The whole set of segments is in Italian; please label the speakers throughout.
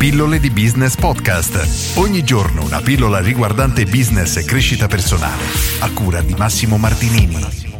Speaker 1: Pillole di Business Podcast. Ogni giorno una pillola riguardante business e crescita personale. A cura di Massimo Martinini.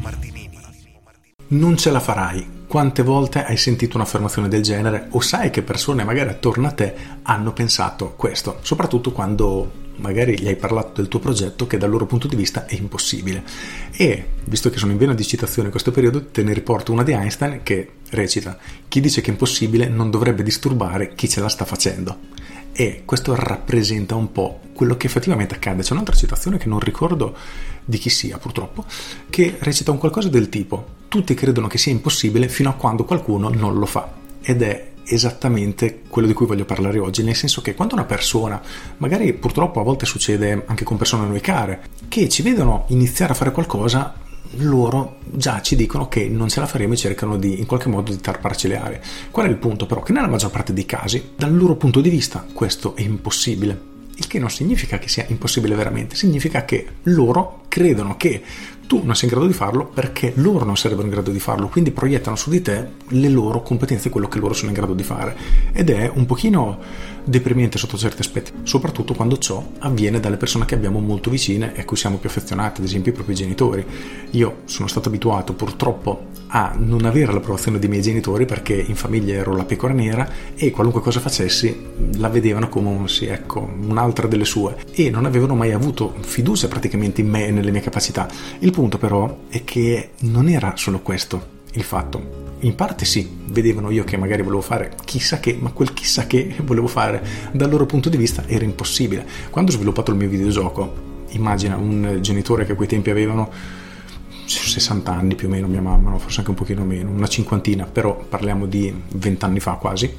Speaker 2: Non ce la farai. Quante volte hai sentito un'affermazione del genere o sai che persone magari attorno a te hanno pensato questo, soprattutto quando magari gli hai parlato del tuo progetto che dal loro punto di vista è impossibile. E visto che sono in vena di citazione in questo periodo, te ne riporto una di Einstein che recita: chi dice che è impossibile non dovrebbe disturbare chi ce la sta facendo. E questo rappresenta un po' quello che effettivamente accade. C'è un'altra citazione che non ricordo di chi sia purtroppo, che recita un qualcosa del tipo: tutti credono che sia impossibile fino a quando qualcuno non lo fa. Ed è esattamente quello di cui voglio parlare oggi, nel senso che quando una persona, magari purtroppo a volte succede anche con persone a noi care, che ci vedono iniziare a fare qualcosa, loro già ci dicono che non ce la faremo e cercano di in qualche modo di tarparci le arie. Qual è il punto però? Che nella maggior parte dei casi, dal loro punto di vista, questo è impossibile. Il che non significa che sia impossibile veramente, significa che loro credono che tu non sei in grado di farlo perché loro non sarebbero in grado di farlo, quindi proiettano su di te le loro competenze, quello che loro sono in grado di fare. Ed è un pochino deprimente sotto certi aspetti, soprattutto quando ciò avviene dalle persone che abbiamo molto vicine e a cui siamo più affezionati, ad esempio i propri genitori. Io sono stato abituato purtroppo a non avere l'approvazione dei miei genitori perché in famiglia ero la pecora nera e qualunque cosa facessi la vedevano come un'altra delle sue, e non avevano mai avuto fiducia praticamente in me e nelle mie capacità. Il punto però è che non era solo questo il fatto. In parte sì, vedevano io che magari volevo fare chissà che, ma quel chissà che volevo fare dal loro punto di vista era impossibile. Quando ho sviluppato il mio videogioco, immagina un genitore che a quei tempi avevano 60 anni più o meno, mia mamma, no? Forse anche un pochino meno, una cinquantina, però parliamo di 20 anni fa quasi,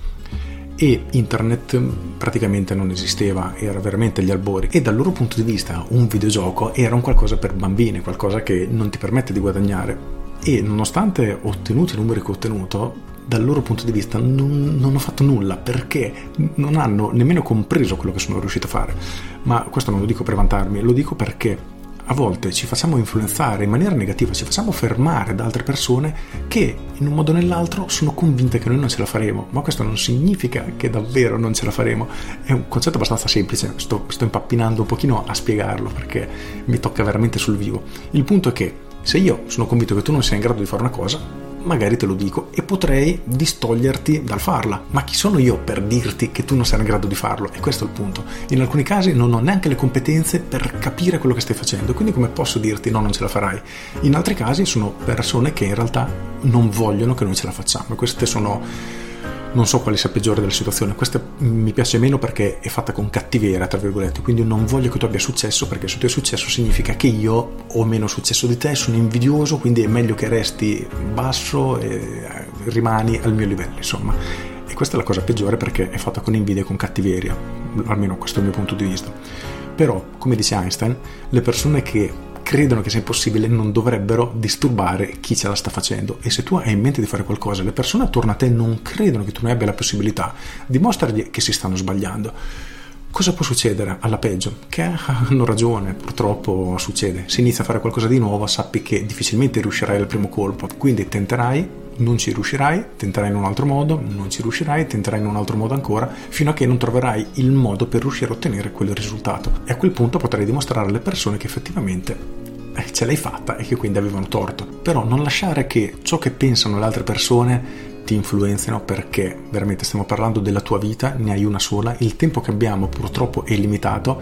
Speaker 2: e internet praticamente non esisteva, era veramente agli albori, e dal loro punto di vista un videogioco era un qualcosa per bambini, qualcosa che non ti permette di guadagnare. E nonostante ho ottenuto i numeri che ho ottenuto, dal loro punto di vista non ho fatto nulla, perché non hanno nemmeno compreso quello che sono riuscito a fare. Ma questo non lo dico per vantarmi, lo dico perché a volte ci facciamo influenzare in maniera negativa, ci facciamo fermare da altre persone che in un modo o nell'altro sono convinte che noi non ce la faremo, ma questo non significa che davvero non ce la faremo. È un concetto abbastanza semplice, sto impappinando un pochino a spiegarlo perché mi tocca veramente sul vivo. Il punto è che se io sono convinto che tu non sei in grado di fare una cosa, magari te lo dico e potrei distoglierti dal farla, ma chi sono io per dirti che tu non sei in grado di farlo? E questo è il punto. In alcuni casi non ho neanche le competenze per capire quello che stai facendo, quindi come posso dirti no, non ce la farai? In altri casi sono persone che in realtà non vogliono che noi ce la facciamo, e queste sono, non so quale sia peggiore della situazione. Questa mi piace meno perché è fatta con cattiveria, tra virgolette, quindi non voglio che tu abbia successo, perché se tu hai successo significa che io ho meno successo di te, sono invidioso, quindi è meglio che resti basso e rimani al mio livello, insomma. E questa è la cosa peggiore perché è fatta con invidia e con cattiveria, almeno questo è il mio punto di vista. Però, come dice Einstein, le persone che credono che sia impossibile non dovrebbero disturbare chi ce la sta facendo. E se tu hai in mente di fare qualcosa, le persone attorno a te non credono che tu ne abbia la possibilità, dimostragli che si stanno sbagliando. Cosa può succedere? Alla peggio, che hanno ragione, purtroppo succede. Se inizi a fare qualcosa di nuovo, sappi che difficilmente riuscirai al primo colpo, quindi tenterai, non ci riuscirai, tenterai in un altro modo, non ci riuscirai, tenterai in un altro modo ancora, fino a che non troverai il modo per riuscire a ottenere quel risultato. E a quel punto potrai dimostrare alle persone che effettivamente ce l'hai fatta e che quindi avevano torto. Però non lasciare che ciò che pensano le altre persone ti influenzino, perché veramente stiamo parlando della tua vita, ne hai una sola, il tempo che abbiamo purtroppo è limitato,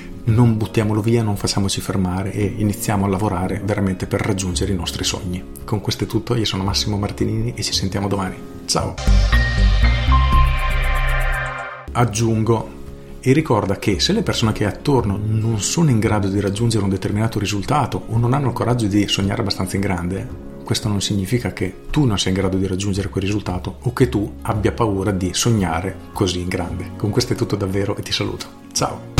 Speaker 2: non buttiamolo via, non facciamoci fermare e iniziamo a lavorare veramente per raggiungere i nostri sogni. Con questo è tutto, io sono Massimo Martinini e ci sentiamo domani. Ciao! Aggiungo, e ricorda che se le persone che hai attorno non sono in grado di raggiungere un determinato risultato o non hanno il coraggio di sognare abbastanza in grande, questo non significa che tu non sei in grado di raggiungere quel risultato o che tu abbia paura di sognare così in grande. Con questo è tutto davvero e ti saluto. Ciao!